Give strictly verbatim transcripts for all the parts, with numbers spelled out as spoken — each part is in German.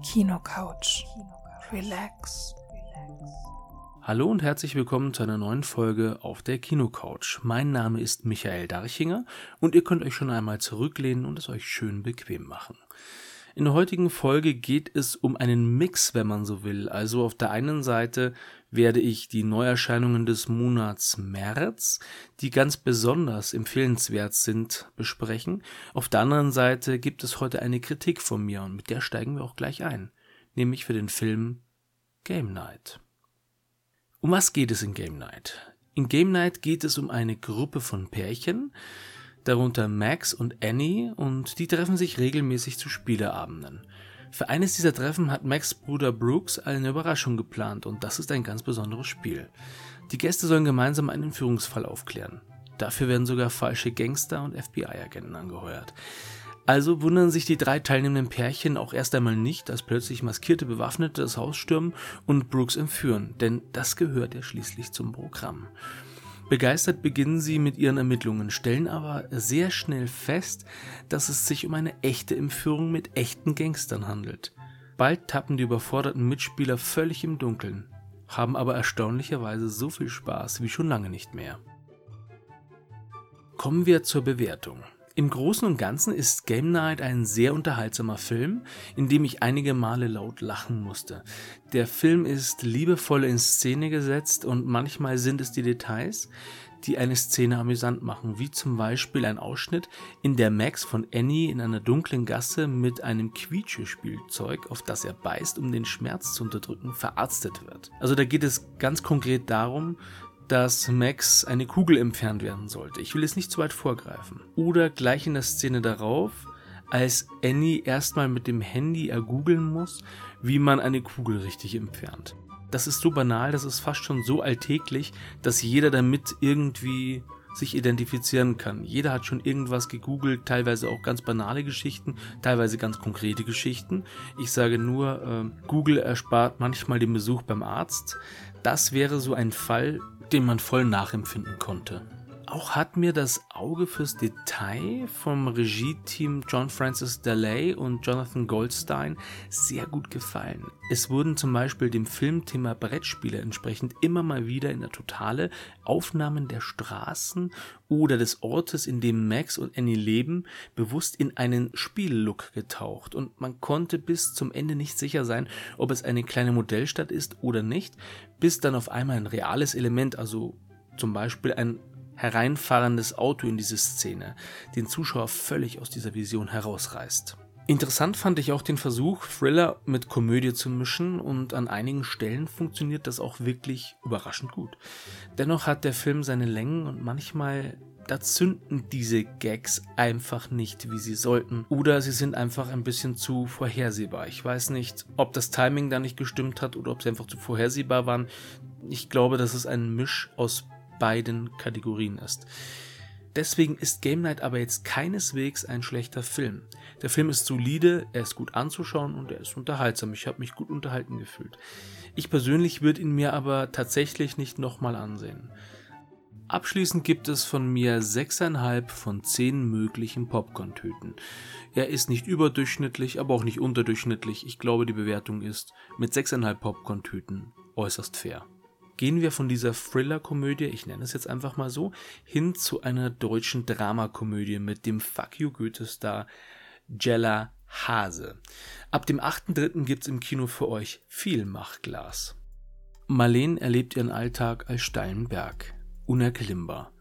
Kinocouch. Relax. Hallo und herzlich willkommen zu einer neuen Folge auf der Kinocouch. Mein Name ist Michael Darchinger und ihr könnt euch schon einmal zurücklehnen und es euch schön bequem machen. In der heutigen Folge geht es um einen Mix, wenn man so will. Also auf der einen Seite werde ich die Neuerscheinungen des Monats März, die ganz besonders empfehlenswert sind, besprechen. Auf der anderen Seite gibt es heute eine Kritik von mir und mit der steigen wir auch gleich ein, nämlich für den Film Game Night. Um was geht es in Game Night? In Game Night geht es um eine Gruppe von Pärchen, darunter Max und Annie, und die treffen sich regelmäßig zu Spieleabenden. Für eines dieser Treffen hat Max' Bruder Brooks eine Überraschung geplant und das ist ein ganz besonderes Spiel. Die Gäste sollen gemeinsam einen Entführungsfall aufklären. Dafür werden sogar falsche Gangster und F B I-Agenten angeheuert. Also wundern sich die drei teilnehmenden Pärchen auch erst einmal nicht, als plötzlich maskierte Bewaffnete das Haus stürmen und Brooks entführen, denn das gehört ja schließlich zum Programm. Begeistert beginnen sie mit ihren Ermittlungen, stellen aber sehr schnell fest, dass es sich um eine echte Entführung mit echten Gangstern handelt. Bald tappen die überforderten Mitspieler völlig im Dunkeln, haben aber erstaunlicherweise so viel Spaß wie schon lange nicht mehr. Kommen wir zur Bewertung. Im Großen und Ganzen ist Game Night ein sehr unterhaltsamer Film, in dem ich einige Male laut lachen musste. Der Film ist liebevoll in Szene gesetzt und manchmal sind es die Details, die eine Szene amüsant machen, wie zum Beispiel ein Ausschnitt, in der Max von Annie in einer dunklen Gasse mit einem Quietschespielzeug, auf das er beißt, um den Schmerz zu unterdrücken, verarztet wird. Also da geht es ganz konkret darum, dass Max eine Kugel entfernt werden sollte. Ich will jetzt nicht zu weit vorgreifen. Oder gleich in der Szene darauf, als Annie erstmal mit dem Handy ergoogeln muss, wie man eine Kugel richtig entfernt. Das ist so banal, das ist fast schon so alltäglich, dass jeder damit irgendwie sich identifizieren kann. Jeder hat schon irgendwas gegoogelt, teilweise auch ganz banale Geschichten, teilweise ganz konkrete Geschichten. Ich sage nur, äh, Google erspart manchmal den Besuch beim Arzt. Das wäre so ein Fall, den man voll nachempfinden konnte. Auch hat mir das Auge fürs Detail vom Regie-Team John Francis Daley und Jonathan Goldstein sehr gut gefallen. Es wurden zum Beispiel dem Filmthema Brettspiele entsprechend immer mal wieder in der Totale Aufnahmen der Straßen oder des Ortes, in dem Max und Annie leben, bewusst in einen Spiellook getaucht und man konnte bis zum Ende nicht sicher sein, ob es eine kleine Modellstadt ist oder nicht, bis dann auf einmal ein reales Element, also zum Beispiel ein hereinfahrendes Auto in diese Szene, den Zuschauer völlig aus dieser Vision herausreißt. Interessant fand ich auch den Versuch, Thriller mit Komödie zu mischen und an einigen Stellen funktioniert das auch wirklich überraschend gut. Dennoch hat der Film seine Längen und manchmal da zünden diese Gags einfach nicht, wie sie sollten, oder sie sind einfach ein bisschen zu vorhersehbar. Ich weiß nicht, ob das Timing da nicht gestimmt hat oder ob sie einfach zu vorhersehbar waren. Ich glaube, dass es ein Misch aus beiden Kategorien ist. Deswegen ist Game Night aber jetzt keineswegs ein schlechter Film. Der Film ist solide, er ist gut anzuschauen und er ist unterhaltsam. Ich habe mich gut unterhalten gefühlt. Ich persönlich würde ihn mir aber tatsächlich nicht nochmal ansehen. Abschließend gibt es von mir sechs Komma fünf von zehn möglichen Popcorn-Tüten. Er ist nicht überdurchschnittlich, aber auch nicht unterdurchschnittlich. Ich glaube, die Bewertung ist mit sechs Komma fünf Popcorn-Tüten äußerst fair. Gehen wir von dieser Thriller-Komödie, ich nenne es jetzt einfach mal so, hin zu einer deutschen Dramakomödie mit dem Fuck You Goethe-Star Jella Hase. Ab dem achten dritten gibt es im Kino für euch viel Machglas. Marlene erlebt ihren Alltag als steilen Berg, unerklimmbar.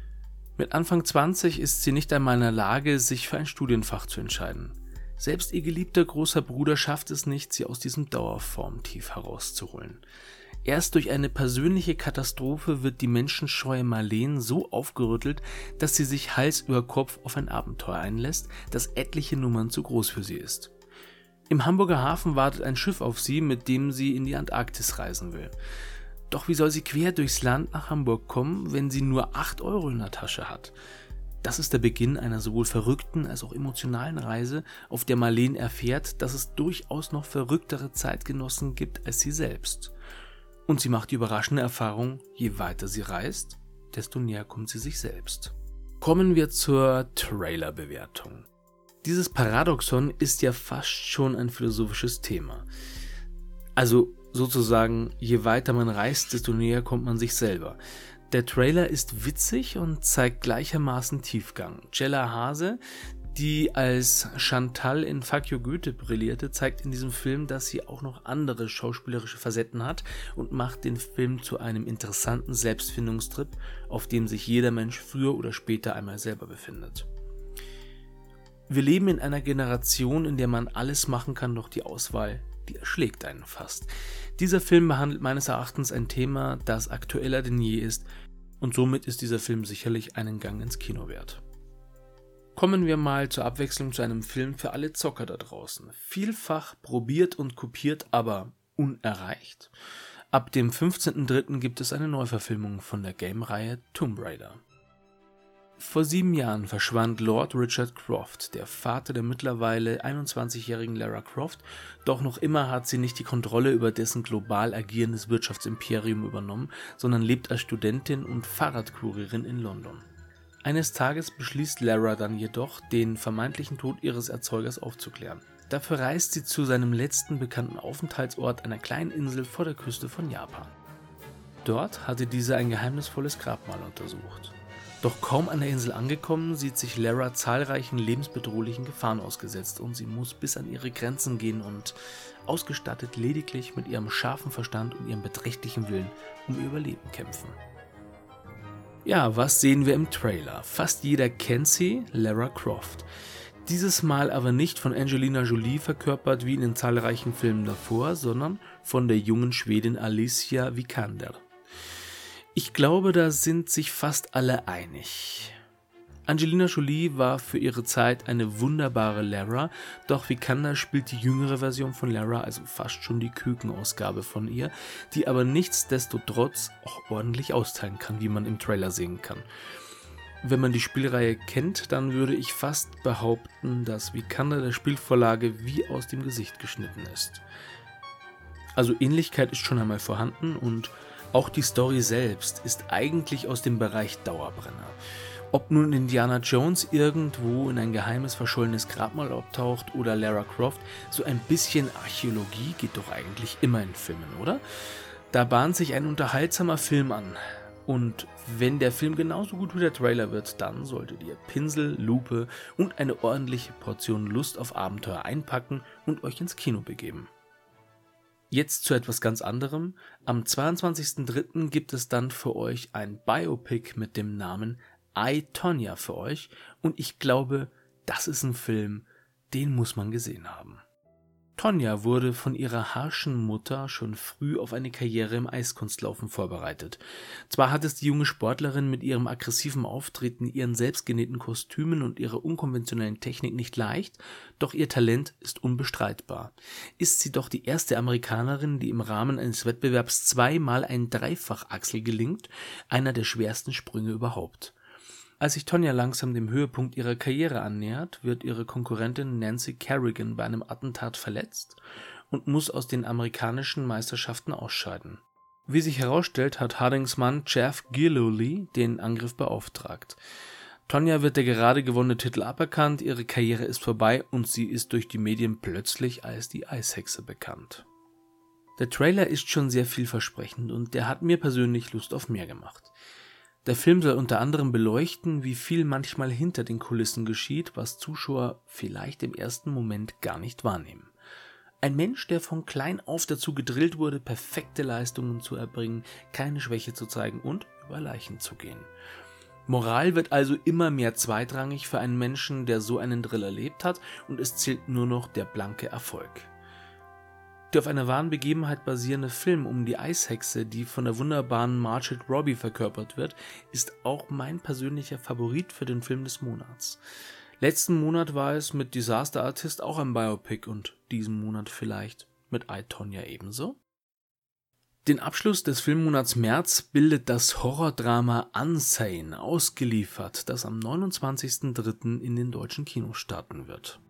Mit Anfang zwanzig ist sie nicht einmal in der Lage, sich für ein Studienfach zu entscheiden. Selbst ihr geliebter großer Bruder schafft es nicht, sie aus diesem Dauerformtief herauszuholen. Erst durch eine persönliche Katastrophe wird die menschenscheue Marlene so aufgerüttelt, dass sie sich Hals über Kopf auf ein Abenteuer einlässt, das etliche Nummern zu groß für sie ist. Im Hamburger Hafen wartet ein Schiff auf sie, mit dem sie in die Antarktis reisen will. Doch wie soll sie quer durchs Land nach Hamburg kommen, wenn sie nur acht Euro in der Tasche hat? Das ist der Beginn einer sowohl verrückten als auch emotionalen Reise, auf der Marlene erfährt, dass es durchaus noch verrücktere Zeitgenossen gibt als sie selbst. Und sie macht die überraschende Erfahrung, je weiter sie reist, desto näher kommt sie sich selbst. Kommen wir zur Trailerbewertung. Dieses Paradoxon ist ja fast schon ein philosophisches Thema. Also sozusagen, je weiter man reist, desto näher kommt man sich selber. Der Trailer ist witzig und zeigt gleichermaßen Tiefgang. Jella Hase, die als Chantal in Fuck You Goethe brillierte, zeigt in diesem Film, dass sie auch noch andere schauspielerische Facetten hat und macht den Film zu einem interessanten Selbstfindungstrip, auf dem sich jeder Mensch früher oder später einmal selber befindet. Wir leben in einer Generation, in der man alles machen kann, doch die Auswahl, die erschlägt einen fast. Dieser Film behandelt meines Erachtens ein Thema, das aktueller denn je ist, und somit ist dieser Film sicherlich einen Gang ins Kino wert. Kommen wir mal zur Abwechslung zu einem Film für alle Zocker da draußen. Vielfach probiert und kopiert, aber unerreicht. Ab dem fünfzehnten dritten gibt es eine Neuverfilmung von der Game-Reihe Tomb Raider. Vor sieben Jahren verschwand Lord Richard Croft, der Vater der mittlerweile einundzwanzigjährigen Lara Croft, doch noch immer hat sie nicht die Kontrolle über dessen global agierendes Wirtschaftsimperium übernommen, sondern lebt als Studentin und Fahrradkurierin in London. Eines Tages beschließt Lara dann jedoch, den vermeintlichen Tod ihres Erzeugers aufzuklären. Dafür reist sie zu seinem letzten bekannten Aufenthaltsort, einer kleinen Insel vor der Küste von Japan. Dort hatte dieser ein geheimnisvolles Grabmal untersucht. Doch kaum an der Insel angekommen, sieht sich Lara zahlreichen lebensbedrohlichen Gefahren ausgesetzt und sie muss bis an ihre Grenzen gehen und, ausgestattet lediglich mit ihrem scharfen Verstand und ihrem beträchtlichen Willen, um ihr Überleben kämpfen. Ja, was sehen wir im Trailer? Fast jeder kennt sie, Lara Croft. Dieses Mal aber nicht von Angelina Jolie verkörpert wie in den zahlreichen Filmen davor, sondern von der jungen Schwedin Alicia Vikander. Ich glaube, da sind sich fast alle einig. Angelina Jolie war für ihre Zeit eine wunderbare Lara, doch Vikander spielt die jüngere Version von Lara, also fast schon die Kükenausgabe von ihr, die aber nichtsdestotrotz auch ordentlich austeilen kann, wie man im Trailer sehen kann. Wenn man die Spielreihe kennt, dann würde ich fast behaupten, dass Vikander der Spielvorlage wie aus dem Gesicht geschnitten ist. Also Ähnlichkeit ist schon einmal vorhanden und auch die Story selbst ist eigentlich aus dem Bereich Dauerbrenner. Ob nun Indiana Jones irgendwo in ein geheimes verschollenes Grabmal auftaucht oder Lara Croft, so ein bisschen Archäologie geht doch eigentlich immer in Filmen, oder? Da bahnt sich ein unterhaltsamer Film an. Und wenn der Film genauso gut wie der Trailer wird, dann solltet ihr Pinsel, Lupe und eine ordentliche Portion Lust auf Abenteuer einpacken und euch ins Kino begeben. Jetzt zu etwas ganz anderem. Am zweiundzwanzigsten dritten gibt es dann für euch ein Biopic mit dem Namen I, Tonya für euch und ich glaube, das ist ein Film, den muss man gesehen haben. Tonya wurde von ihrer harschen Mutter schon früh auf eine Karriere im Eiskunstlaufen vorbereitet. Zwar hat es die junge Sportlerin mit ihrem aggressiven Auftreten, ihren selbstgenähten Kostümen und ihrer unkonventionellen Technik nicht leicht, doch ihr Talent ist unbestreitbar. Ist sie doch die erste Amerikanerin, die im Rahmen eines Wettbewerbs zweimal ein Dreifachachsel gelingt, einer der schwersten Sprünge überhaupt. Als sich Tonya langsam dem Höhepunkt ihrer Karriere annähert, wird ihre Konkurrentin Nancy Kerrigan bei einem Attentat verletzt und muss aus den amerikanischen Meisterschaften ausscheiden. Wie sich herausstellt, hat Hardings Mann Jeff Gillooly den Angriff beauftragt. Tonya wird der gerade gewonnene Titel aberkannt, ihre Karriere ist vorbei und sie ist durch die Medien plötzlich als die Eishexe bekannt. Der Trailer ist schon sehr vielversprechend und der hat mir persönlich Lust auf mehr gemacht. Der Film soll unter anderem beleuchten, wie viel manchmal hinter den Kulissen geschieht, was Zuschauer vielleicht im ersten Moment gar nicht wahrnehmen. Ein Mensch, der von klein auf dazu gedrillt wurde, perfekte Leistungen zu erbringen, keine Schwäche zu zeigen und über Leichen zu gehen. Moral wird also immer mehr zweitrangig für einen Menschen, der so einen Drill erlebt hat, und es zählt nur noch der blanke Erfolg. Der auf einer wahren Begebenheit basierende Film um die Eishexe, die von der wunderbaren Margot Robbie verkörpert wird, ist auch mein persönlicher Favorit für den Film des Monats. Letzten Monat war es mit Disaster Artist auch ein Biopic und diesen Monat vielleicht mit I, Tonya ebenso. Den Abschluss des Filmmonats März bildet das Horrordrama Unsane, ausgeliefert, das am neunundzwanzigsten dritten in den deutschen Kinos starten wird.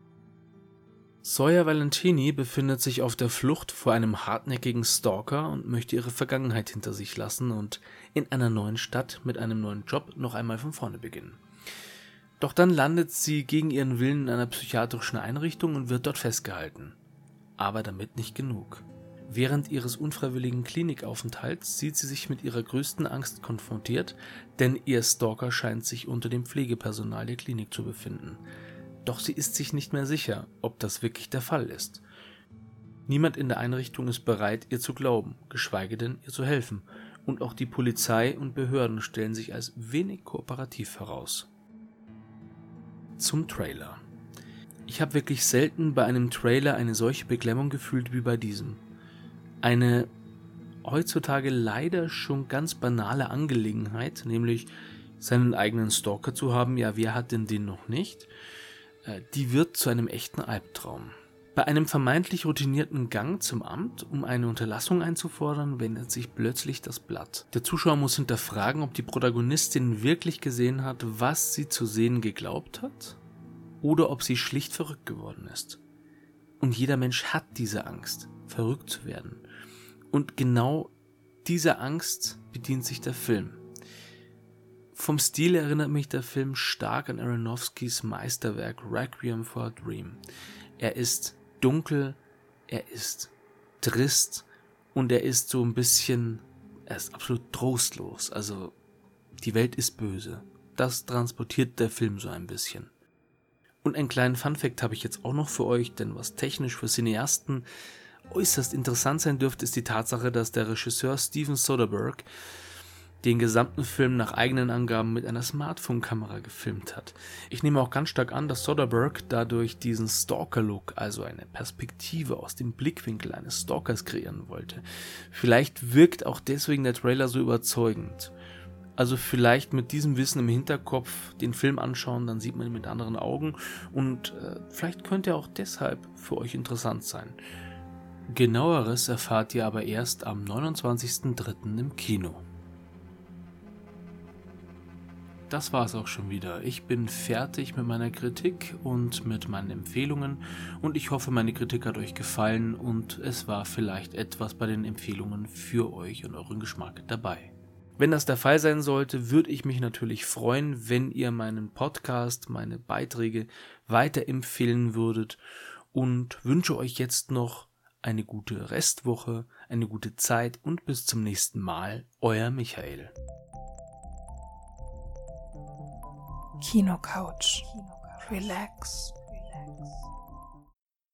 Sawyer Valentini befindet sich auf der Flucht vor einem hartnäckigen Stalker und möchte ihre Vergangenheit hinter sich lassen und in einer neuen Stadt mit einem neuen Job noch einmal von vorne beginnen. Doch dann landet sie gegen ihren Willen in einer psychiatrischen Einrichtung und wird dort festgehalten. Aber damit nicht genug. Während ihres unfreiwilligen Klinikaufenthalts sieht sie sich mit ihrer größten Angst konfrontiert, denn ihr Stalker scheint sich unter dem Pflegepersonal der Klinik zu befinden. Doch sie ist sich nicht mehr sicher, ob das wirklich der Fall ist. Niemand in der Einrichtung ist bereit, ihr zu glauben, geschweige denn ihr zu helfen. Und auch die Polizei und Behörden stellen sich als wenig kooperativ heraus. Zum Trailer. Ich habe wirklich selten bei einem Trailer eine solche Beklemmung gefühlt wie bei diesem. Eine heutzutage leider schon ganz banale Angelegenheit, nämlich seinen eigenen Stalker zu haben, ja, wer hat denn den noch nicht, die wird zu einem echten Albtraum. Bei einem vermeintlich routinierten Gang zum Amt, um eine Unterlassung einzufordern, wendet sich plötzlich das Blatt. Der Zuschauer muss hinterfragen, ob die Protagonistin wirklich gesehen hat, was sie zu sehen geglaubt hat, oder ob sie schlicht verrückt geworden ist. Und jeder Mensch hat diese Angst, verrückt zu werden. Und genau dieser Angst bedient sich der Film. Vom Stil erinnert mich der Film stark an Aronofskys Meisterwerk Requiem for a Dream. Er ist dunkel, er ist trist und er ist so ein bisschen, er ist absolut trostlos. Also die Welt ist böse. Das transportiert der Film so ein bisschen. Und einen kleinen Funfact habe ich jetzt auch noch für euch, denn was technisch für Cineasten äußerst interessant sein dürfte, ist die Tatsache, dass der Regisseur Steven Soderbergh den gesamten Film nach eigenen Angaben mit einer Smartphone-Kamera gefilmt hat. Ich nehme auch ganz stark an, dass Soderbergh dadurch diesen Stalker-Look, also eine Perspektive aus dem Blickwinkel eines Stalkers kreieren wollte. Vielleicht wirkt auch deswegen der Trailer so überzeugend. Also vielleicht mit diesem Wissen im Hinterkopf den Film anschauen, dann sieht man ihn mit anderen Augen und äh, vielleicht könnte er auch deshalb für euch interessant sein. Genaueres erfahrt ihr aber erst am neunundzwanzigsten dritten im Kino. Das war's auch schon wieder. Ich bin fertig mit meiner Kritik und mit meinen Empfehlungen und ich hoffe, meine Kritik hat euch gefallen und es war vielleicht etwas bei den Empfehlungen für euch und euren Geschmack dabei. Wenn das der Fall sein sollte, würde ich mich natürlich freuen, wenn ihr meinen Podcast, meine Beiträge weiterempfehlen würdet und wünsche euch jetzt noch eine gute Restwoche, eine gute Zeit und bis zum nächsten Mal, euer Michael. Kino Couch. Relax. Relax.